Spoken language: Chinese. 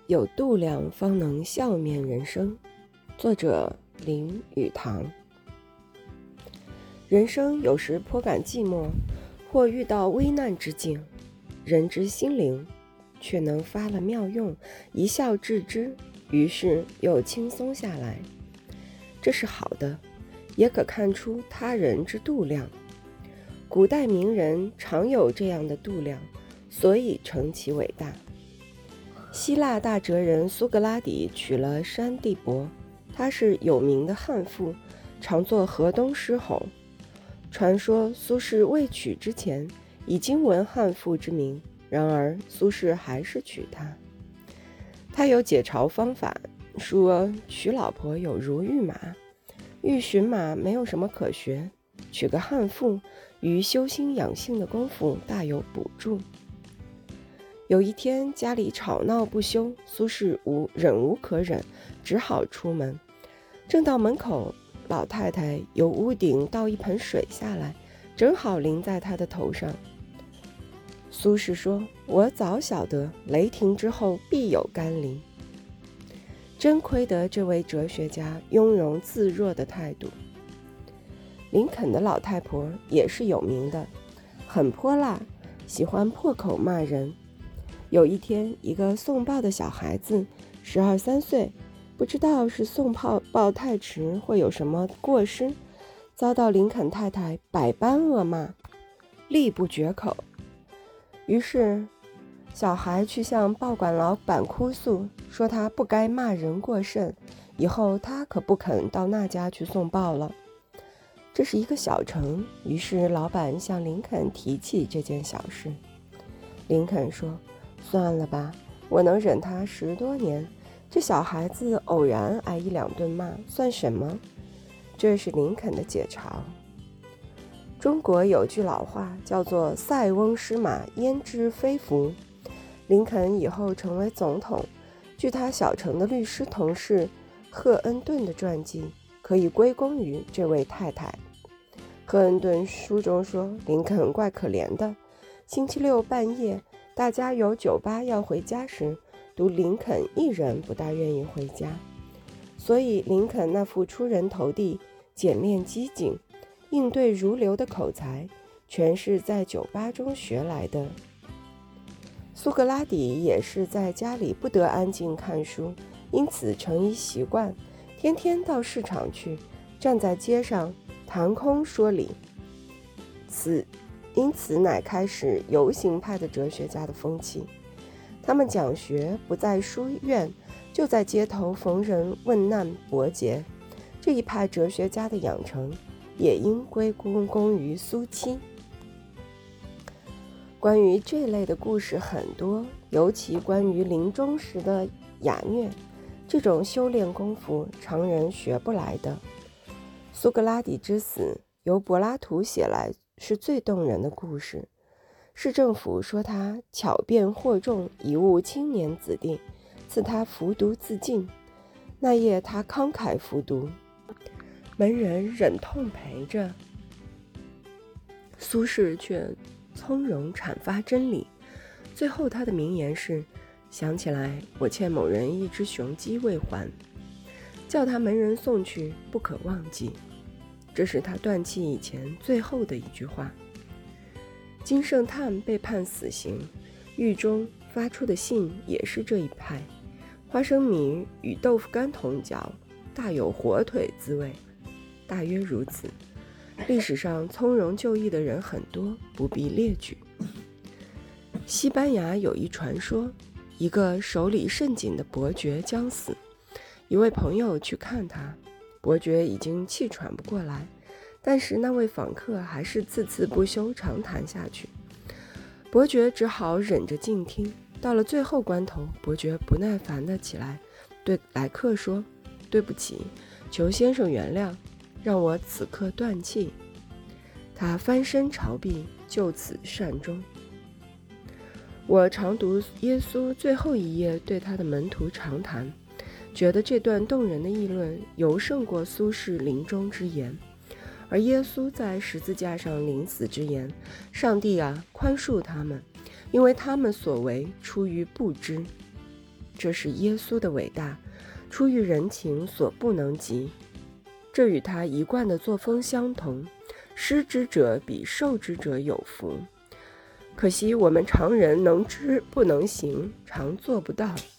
有度量方能笑面人生。作者林语堂。人生有时颇感寂寞，或遇到危难之境，人之心灵却能发了妙用，一笑置之，于是又轻松下来。这是好的，也可看出他人之度量。古代名人常有这样的度量，所以成其伟大。希腊大哲人苏格拉底娶了山地伯，他是有名的悍妇，常作河东狮吼。传说苏轼未娶之前已经闻悍妇之名，然而苏轼还是娶她。他有解嘲方法，说娶老婆有如御马，欲驯马没有什么可学，娶个悍妇于修心养性的功夫大有补助。有一天家里吵闹不休，苏轼忍无可忍，只好出门。正到门口，老太太由屋顶倒一盆水下来，正好淋在他的头上。苏轼说：“我早晓得雷霆之后必有甘霖。”真亏得这位哲学家雍容自若的态度。林肯的老太婆也是有名的，很泼辣，喜欢破口骂人。有一天，一个送报的小孩子12、13岁，不知道是送报太迟会有什么过失，遭到林肯太太百般恶骂，力不绝口。于是小孩去向报馆老板哭诉，说他不该骂人过甚，以后他可不肯到那家去送报了。这是一个小城，于是老板向林肯提起这件小事。林肯说：“算了吧，我能忍他10多年，这小孩子偶然挨1、2顿骂算什么？”这是林肯的解嘲。中国有句老话叫做塞翁失马焉知非福。林肯以后成为总统，据他小城的律师同事赫恩顿的传记，可以归功于这位太太。赫恩顿书中说，林肯怪可怜的，星期六半夜大家有酒吧要回家时，独林肯一人不大愿意回家。所以林肯那副出人头地、简练机警、应对如流的口才，全是在酒吧中学来的。苏格拉底也是在家里不得安静看书，因此成一习惯，天天到市场去，站在街上谈空说理。因此乃开始游行派的哲学家的风气。他们讲学不在书院，就在街头逢人问难博结。这一派哲学家的养成也应归功于苏七。关于这类的故事很多，尤其关于临终时的雅谑，这种修炼功夫常人学不来的。苏格拉底之死由柏拉图写来是最动人的故事。市政府说他巧辩惑众，以误青年子弟，赐他服毒自尽。那夜他慷慨服毒，门人忍痛陪着，苏轼却从容阐发真理。最后他的名言是：想起来我欠某人一只雄鸡未还，叫他门人送去，不可忘记。这是他断气以前最后的一句话。金圣叹被判死刑，狱中发出的信也是这一派。花生米与豆腐干同嚼，大有火腿滋味，大约如此。历史上从容就义的人很多，不必列举。西班牙有一传说，一个手里甚紧的伯爵将死，一位朋友去看他，伯爵已经气喘不过来，但是那位访客还是次次不休长谈下去。伯爵只好忍着静听。到了最后关头，伯爵不耐烦地起来，对来客说：“对不起，求先生原谅，让我此刻断气。”他翻身朝壁，就此善终。我常读耶稣最后一页对他的门徒长谈，觉得这段动人的议论尤胜过苏轼临终之言。而耶稣在十字架上临死之言：“上帝啊，宽恕他们，因为他们所为出于不知。” 这是耶稣的伟大，出于人情所不能及。这与他一贯的作风相同，施之者比受之者有福。可惜我们常人能知不能行，常做不到。